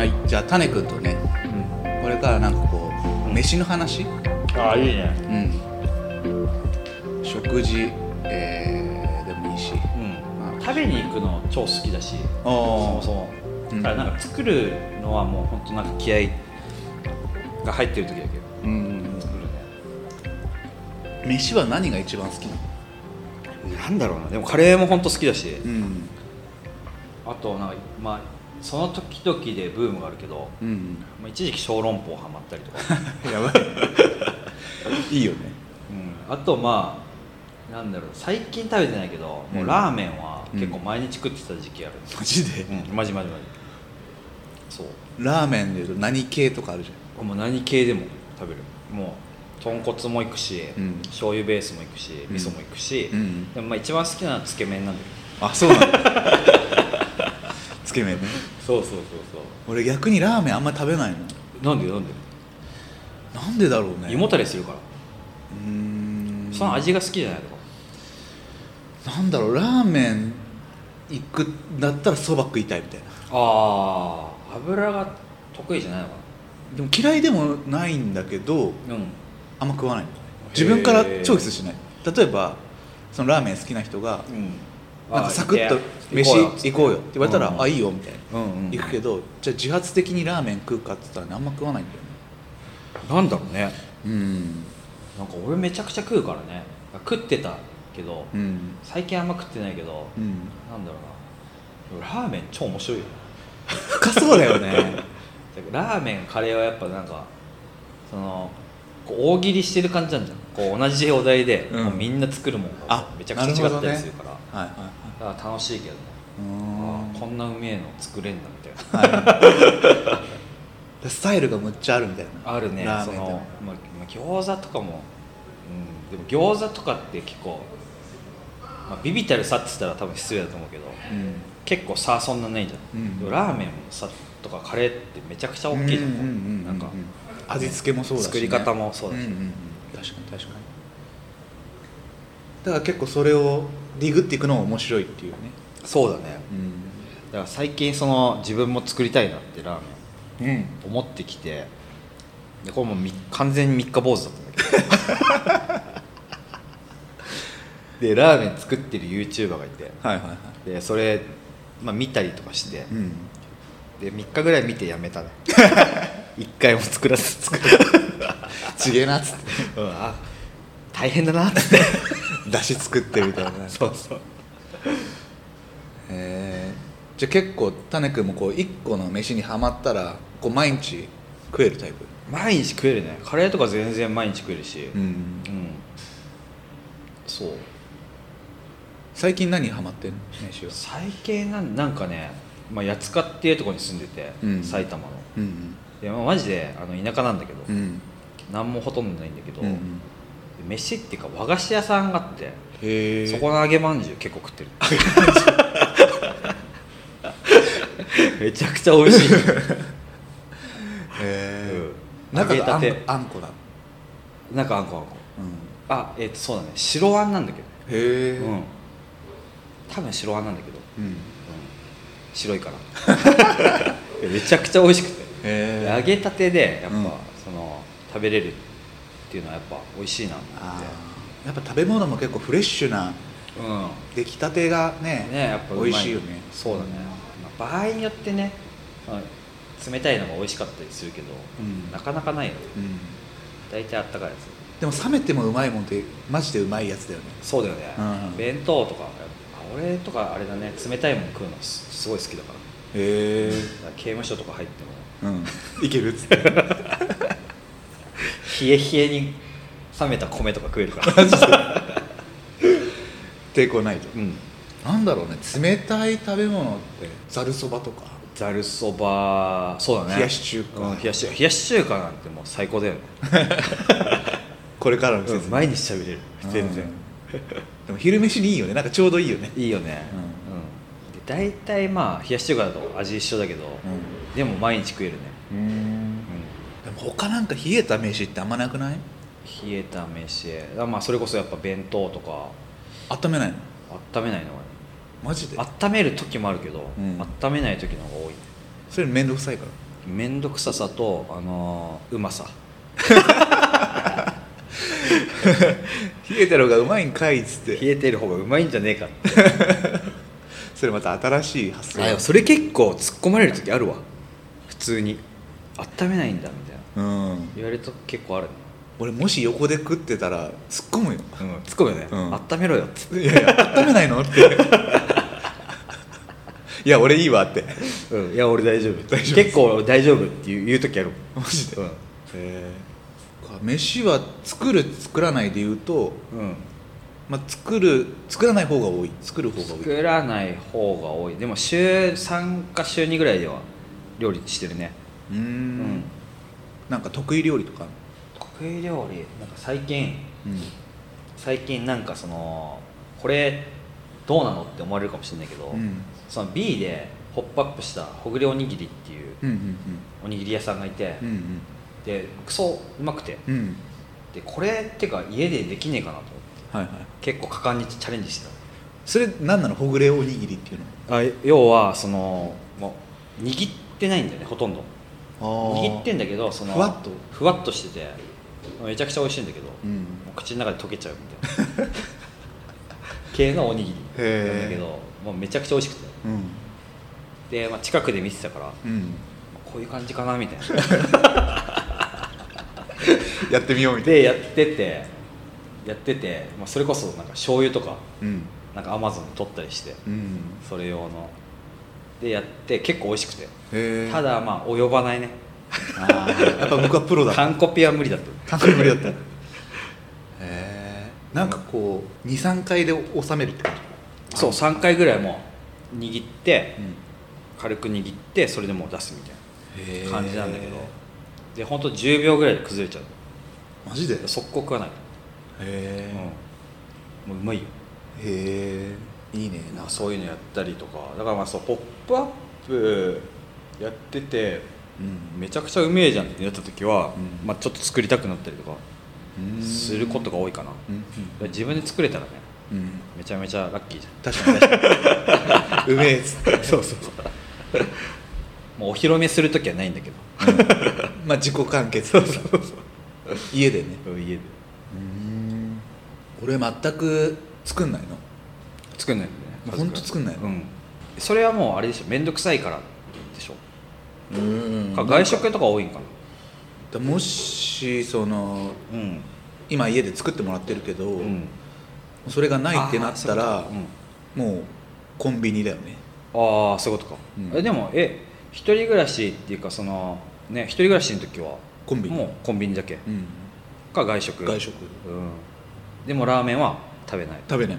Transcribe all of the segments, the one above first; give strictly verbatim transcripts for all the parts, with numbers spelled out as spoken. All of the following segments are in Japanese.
はい、じゃあタネ君とね、うん、これからなんかこう、うん、飯の話、 ああいいね、 うん、食事、えー、でもいいし、 うんまあ、食べに行くの超好きだし、そもそも、うん、だからなんか作るのはもう本当なんか気合が入ってる時だけど、うん、作るね。飯は何が一番好きなの？ なんだろうな、でもカレーも本当好きだし、 うん、あとなんかまあその時々でブームがあるけど、うんまあ、一時期小籠包ハマったりとかやばいいいよね、 うん、あとまあなんだろう最近食べてないけど、うん、もうラーメンは結構毎日食ってた時期ある、 うん、マジで、 うん、マジマジマジそうラーメンでいうと何系とかあるじゃん。 もう何系でも食べる。もう豚骨もいくし、うん、醤油ベースもいくし、味噌もいくし、うん、でもまあ一番好きなのはつけ麺なんだよ。 あ、そうなんだつけ麺ね。 そうそうそうそう。 俺逆にラーメンあんまり食べないの。 なんでなんでなんでだろうね。 胃もたれするから。うーんその味が好きじゃないのか。 なんだろう、ラーメン行くんだったらそば食いたいみたいな。 ああ油が得意じゃないのかな。 でも嫌いでもないんだけど、うん、あんま食わない。自分からチョイスしない。例えばそのラーメン好きな人が、うん、なんかサクッと飯行こうよって言われたら、うんうん、あいいよみたいな、うんうん、行くけど、じゃあ自発的にラーメン食うかって言ったら、ね、あんま食わないんだよね。 なんだろうね。うんなんか俺めちゃくちゃ食うからね。食ってたけど、うん、最近あんま食ってないけど、うん、なんだろうな、ラーメン超面白いよね。 深そうだよねラーメンカレーはやっぱなんかそのこう大喜利してる感じなんじゃん。こう同じお題で、うん、もうみんな作るもんがめちゃくちゃ違ったりするから、ねはいはいはい、だから楽しいけどね。あこんなうめえの作れんだみたいな、はい、 スタイルがむっちゃあるみたいな。 あるね。その、まあ、餃子とかも、うん、でも餃子とかって結構、まあ、ビビたる差って言ったら多分失礼だと思うけど、うん、結構差そんなないじゃん、うん、でもラーメンの差とかカレーってめちゃくちゃ大きいじゃん、うんうんうん、なんか味付けもそうだし、ね、 作り方もそうだし、うんうんうん、 確かに確かに。だから結構それをディグっていくのも面白いっていうね。 そうだね、うん、だから最近その自分も作りたいなってラーメン、うん、思ってきて、でこれもう完全に三日坊主だったんだけどでラーメン作ってる YouTuber がいて、はいはいはい、でそれ、まあ、見たりとかして、うん、でみっかぐらい見てやめたねいっかいも作らず作るちげえなっつって、 うん、あ大変だなっつってだし作ってみたいなそうそう。 へえ。じゃあ結構タネ君もこういっこの飯にハマったらこう毎日食えるタイプ？ 毎日食えるね。カレーとか全然毎日食えるし、うん、うん、そう。 最近何ハマってんの？飯は最近なんなんかね、まあ、八塚っていうところに住んでて、うん、埼玉の、うんうん、でまあ、マジであの田舎なんだけど、うん、何もほとんどないんだけど、うんうん、飯っていうか和菓子屋さんがあって、へそこの揚げまんじゅう結構食ってるめちゃくちゃ美味しいへえ、うん、中があん、あんこだ。 中あんこあんこ、うん、あえっ、ー、とそうだね、白あんなんだけど。へえ、うん、多分白あんなんだけど、うんうん、白いからめちゃくちゃ美味しくて、へ揚げたてでやっぱ、うん、その食べれるっていうのはやっぱ美味しいなって。 やっぱ食べ物も結構フレッシュな、うん、出来たてが ね, ねやっぱ美味しいよね。 そうだね、まあ、場合によってね、まあ、冷たいのが美味しかったりするけど、うん、なかなかないよね、うん、大体あったかいやつ。 でも冷めてもうまいもんってマジでうまいやつだよね。 そうだよね、うん、弁当とか俺とかあれだね、冷たいもの食うのすごい好きだから。へえ。刑務所とか入っても、うん、いけるっつって冷え冷えに冷めた米とか食えるから抵抗ないと、うん、なんだろうね、冷たい食べ物ってざるそばとか。 ざるそば、そうだね、 冷やし中華、 うん、冷やし冷やし中華なんてもう最高だよねこれからの季節、 うん、毎日食べれる全然でも昼飯にいいよね、なんかちょうどいいよね。 いいよね、うんうん、で大体まあ冷やし中華だと味一緒だけど、うん、でも毎日食えるね。うん、うん、 でも他なんか冷えた飯ってあんまなくない？ 冷えた飯、まあそれこそやっぱ弁当とか。 温めないの？ 温めないのはマジで？ 温める時もあるけど、うん、温めない時の方が多い。 それめんどくさいから？ 面倒くささと、あのー、うまさ冷えてる方がうまいんかいっつって冷えてる方がうまいんじゃねえかってそれまた新しい発想。 あそれ結構突っ込まれる時あるわ。普通に温めないんだみたいな、うん、言われると結構あるね。 俺もし横で食ってたら突っ込むよ、 うん、突っ込むよね、うん、温めろよっていやいや温めないのっていや俺いいわって、 うん、いや俺大丈夫大丈夫結構大丈夫っていう言う時ある。 マジで、うん、へえ。飯は作る作らないで言うと、うんまあ、作る作らない方が多い作る方が多い作らない方が多い。でも週さんか週にぐらいでは料理してるね。うーん、うん、 なんか得意料理とか得意料理なんか最近、うん、最近なんかそのこれどうなのって思われるかもしれないけど、うん、その B でホップアップしたほぐれおにぎりっていうおにぎり屋さんがいて、うんうん、でクソうまくて、うん、でこれってか家でできねえかなと思って、はいはい、結構果敢にチャレンジしてた。 それ何なのほぐれおにぎりっていうの？あ要はそのもう握ってないんだよねほとんど。握ってんだけどそのふわっとふわっとしててめちゃくちゃ美味しいんだけど、うん、もう口の中で溶けちゃうみたいな系のおにぎりなんだけどもうめちゃくちゃ美味しくて、うん、で、まあ、近くで見てたから、うん、こういう感じかなみたいなやってみようみたいなでやっててやってて、まあ、それこそなんか醤油とか、うん、なんかアマゾンで取ったりして、うん、それ用のでやって結構美味しくて、ただまあ及ばないね。 あやっぱ僕はプロだった。 完コピは無理だった。 完コピ無理だったへえ。なんかこう にさんかいで収めるって感じ？そうさんかいぐらいもう握って、うん、軽く握ってそれでもう出すみたいな感じなんだけど、でほんとじゅうびょうぐらいで崩れちゃう。 マジで？ 速攻食わない。へえ、 うん、もううまいよ。 へえ、いいね。 なんかそういうのやったりとか、だからまあそうポップアップやってて、うん、めちゃくちゃうめえじゃんってなった時は、うんまあ、ちょっと作りたくなったりとかすることが多いかな、うんうん、自分で作れたらね、うん、めちゃめちゃラッキーじゃん。 確かに確かにうめえっつってそうそうそうもうお披露目する時はないんだけど、 うん、まあ自己完結そうそうそう家でね家でうん俺全く作んないの作んないのね。 ほんと作んないの、うん、 それはもうあれでしょ、めんどくさいからでしょ。うん外食とか多いんかな。 もしその、うん、今家で作ってもらってるけど、うん、それがないってなったら、うん、もうコンビニだよね。 ああそういうことか、うん、えでもえ一人暮らしっていうかそのね一人暮らしの時はコンビニもうコンビニだけ、うん、か外食外食、 うん、でもラーメンは食べない食べない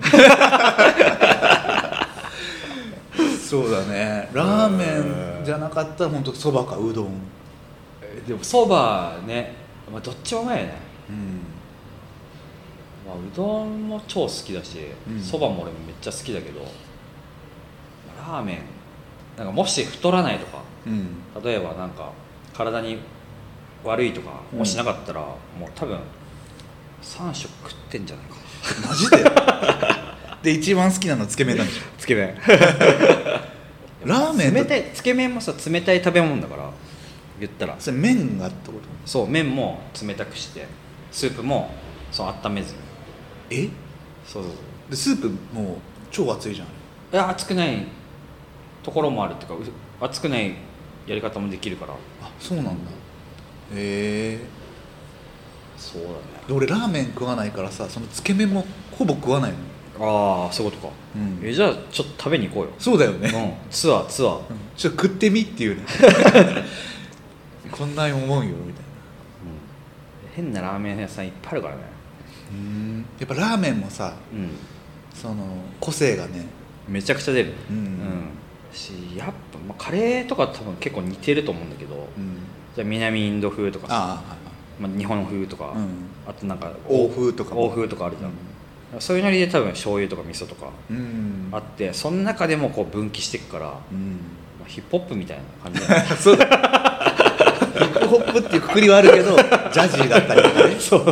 そうだね。ラーメンじゃなかったら本当そばかうどん。 でもそばね、まあ、どっちもうまいよね、うんまあ、うどんも超好きだしそば、うん、も俺もめっちゃ好きだけどラーメンなんかもし太らないとか、うん、例えばなんか体に悪いとかもしなかったら、うん、もう多分さん食食ってんじゃないかな。マジでで一番好きなのつけ麺なんでしょ。 つけ麺ラーメン冷たいつけ麺もさ冷たい食べ物だから言ったらそれ麺がってこと？ そう麺も冷たくしてスープもそう温めずに。 えそうそうそうでスープもう超熱いじゃん。いや熱くないところもあるっていうか熱くないやり方もできるから。 あそうなんだ。へえそうだね。 で俺ラーメン食わないからさそのつけ麺もほぼ食わないの。 ああそういうことか、うん、えじゃあちょっと食べに行こうよ。 そうだよね、 うん、ツアーツアー、うん、 ちょっと食ってみっていうねこんなに思うよみたいな、うん、 変なラーメン屋さんいっぱいあるからね。 うんやっぱラーメンもさ、うん、その個性がねめちゃくちゃ出る、うんうん、しやっぱ、まあ、カレーとか多分結構似てると思うんだけど、うん、じゃあ南インド風とかさあ、まあ、日本風とか、うん、あとなんか欧風とか欧風とかあるじゃん、うんそういうので多分醤油とか味噌とかあって、うん、その中でもこう分岐していくから、うんまあ、ヒップホップみたいな感じだねそうだヒップホップっていうくくりはあるけどジャジーだったりとかねそう、うん、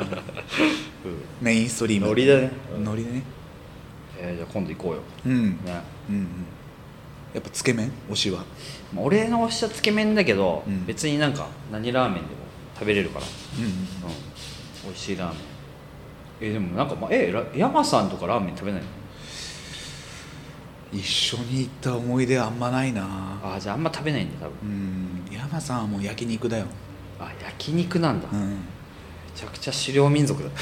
メインストリームノリだねノリね、 えー、じゃあ今度行こうよ、 うんねうんうん、 やっぱつけ麺推しは？ 俺の推しはつけ麺だけど、 うん、 別になんか何ラーメンでも食べれるから、 うんうんうん、 美味しいラーメン。えでもなんか、ま、え山さんとかラーメン食べないの？ 一緒に行った思い出はあんまないなあ。じゃああんま食べないんだ多分。 うん山さんはもう焼肉だよ。 あ焼肉なんだ、 うん、めちゃくちゃ狩猟民族だ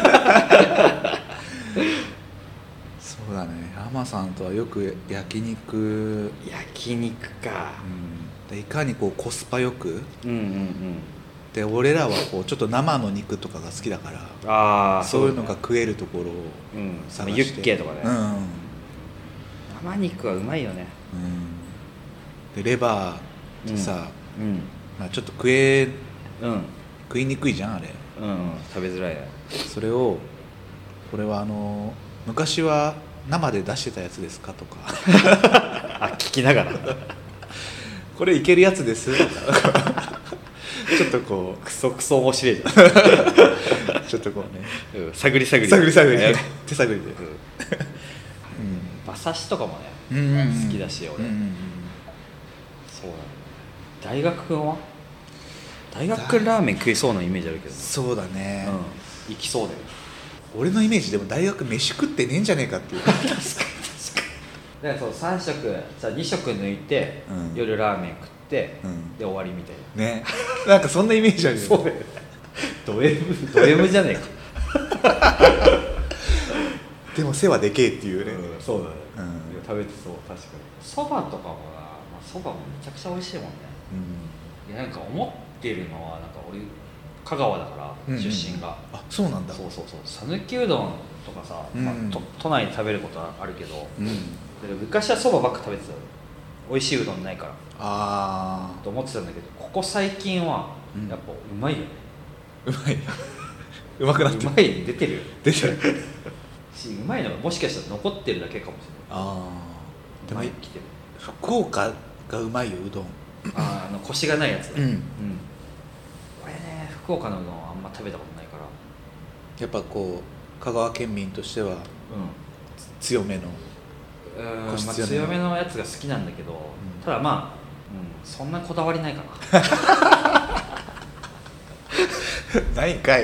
そうだね、山さんとはよく焼肉焼肉か、 うん、でいかにこうコスパよく、 うんうんうん、 で俺らはこうちょっと生の肉とかが好きだから、 あそういうのが食えるところを探して、 うん、ユッケとかね、 うん、 生肉はうまいよね、 うん、でレバーってさ、 うんうんまあ、ちょっと食え、 うん、 食いにくいじゃんあれ、 うんうん、食べづらいね。 それをこれはあの昔は生で出してたやつですかとかあ聞きながらこれいけるやつですとかちょっとこうクソクソ面白いじゃんちょっとこうね、 うん、探り探り探り探り手探りで、うん、 馬刺しとかもね、 うんうんうん、 好きだし俺、うんうんうん、そうだね。大学君は大学君ラーメン食いそうなイメージあるけど、ね、 そうだね、 うん、行きそうだよ。 俺のイメージでも大学飯食ってねえんじゃねえかっていう確かに確かにだからそうさん食じゃあに食抜いて、うん、夜ラーメン食って、うん、で終わりみたいなね、なんかそんなイメージあるよね。 そうだよねド M ド M じゃねえかでも背はでけえっていうね、 うん、そうだね、うん、食べてそう。確かにそばとかもな、そば、まあ、もめちゃくちゃ美味しいもんね、うん、いやなんか思ってるのはなんか俺香川だから、うんうん、出身が。 あそうなんだ。 そうそうそう、讃岐うどんとかさ、うんまあ、都, 都内で食べることはあるけど、うん、昔はそばばっか食べてたよ。美味しいうどんないからあと思ってたんだけど、ここ最近はやっぱうまいよね、 うん、うまい。うまくなってる。 うまい出てるよ。 出てるし、うまいのがもしかしたら残ってるだけかもしれない。 ああでも来てる。 福岡がうまいようどん。 ああのコシがないやつだ、 うん、うん、 俺ね福岡のうどんあんま食べたことないから。 やっぱこう香川県民としては、うん、強めのうん、まあ、強めのやつが好きなんだけど、うん、ただまあ、うん、そんなこだわりないかなないんかい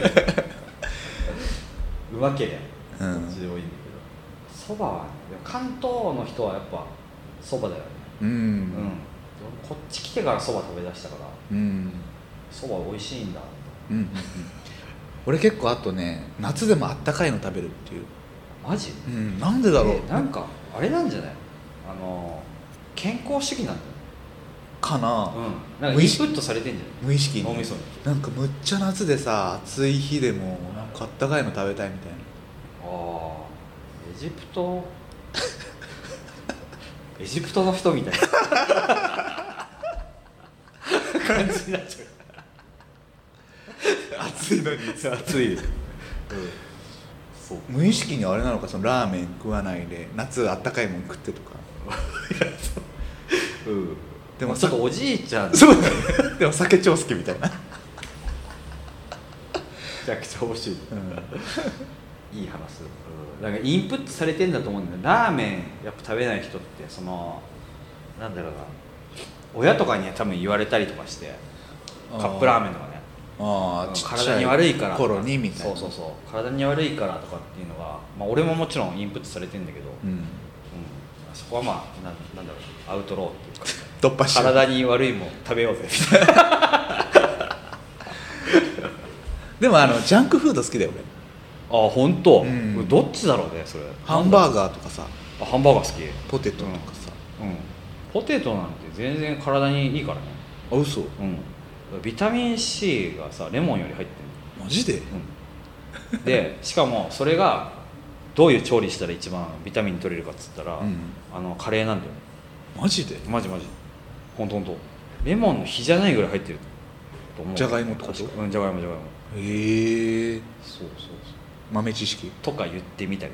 うまけりゃ、 うん、 こっちで多いんだけど、そばは、ね、関東の人はやっぱそばだよね、 うん、うん、 こっち来てからそば食べ出したからそば、うん、美味しいんだ、 うんうんうん、俺結構あとね夏でもあったかいの食べるっていう。 マジ？ うん、なんでだろう。 なんかあれなんじゃない？あの健康主義なんだよかな。 うん、なんかインプットされてんじゃない？ 無意識に。 脳みそに。 なんかむっちゃ夏でさ暑い日でもなんかあったかいの食べたいみたいな。 ああエジプトエジプトの人みたいな感じになっちゃう暑いのに暑い、うん、 そう無意識にあれなのか、そのラーメン食わないで夏あったかいもん食ってとかうん、でもちょっとおじいちゃんそうだねでも酒超好きみたいなめちゃくちゃ面白い、うん、いい話、うん、なんかインプットされてんだと思うんだよ。ラーメンやっぱ食べない人ってそのなんだろうな、親とかには多分言われたりとかしてカップラーメンとかね、 あ体に悪いから頃にみたいな、 そうそうそう体に悪いからとかっていうのが、まあ、俺ももちろんインプットされてんだけど、うんうん、そこはまあ な, なんだろうアウトローっていうか突破しよう体に悪いもん食べようぜみたいなでもあのジャンクフード好きだよ俺。あ本当、うん、どっちだろうねそれ。 ハンバーガーとかさ。 あハンバーガー好き。 ポテトとかさ、 うんうん、ポテトなんて全然体にいいからね。 あ嘘、うん、 ビタミン C がさレモンより入ってる。 マジで、 うん、でしかもそれがどういう調理したら一番ビタミン取れるかっつったら、うん、あのカレーなんだよね。 マジで？ マジマジほんとほんとレモンの比じゃないぐらい入ってると思う。 じゃがいもってこと？ うんじゃがいもじゃがいも。 へえ。 そうそうそう豆知識とか言ってみたりね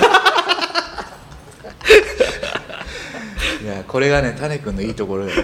いやこれがね種くんのいいところよ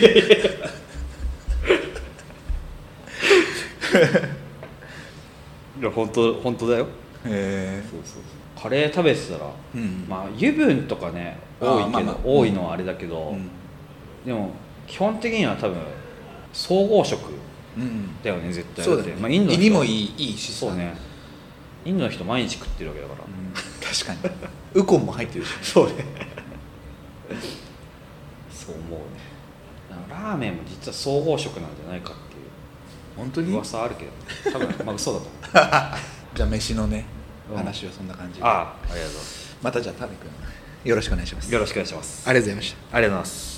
いや本当本当だよ。 へえ。 そうそうそうカレー食べてたら、うん、まあ油分とかね多いけど、まあまあ、多いのはあれだけど、うん、でも基本的には多分総合食だよね、うん、絶対そうだね、まあ、インドの人胃にもいい、いいしそうね、インドの人毎日食ってるわけだから、 うん、確かにウコンも入ってるし、ね、 そうねそう思うね。ラーメンも実は総合食なんじゃないかっていう本当に噂あるけど、多分まあ嘘だと思うじゃあ飯のね、うん、話はそんな感じで、 ああ、ありがとうございます。 またじゃあタネ君よろしくお願いします。 よろしくお願いします。 ありがとうございました。 ありがとうございます。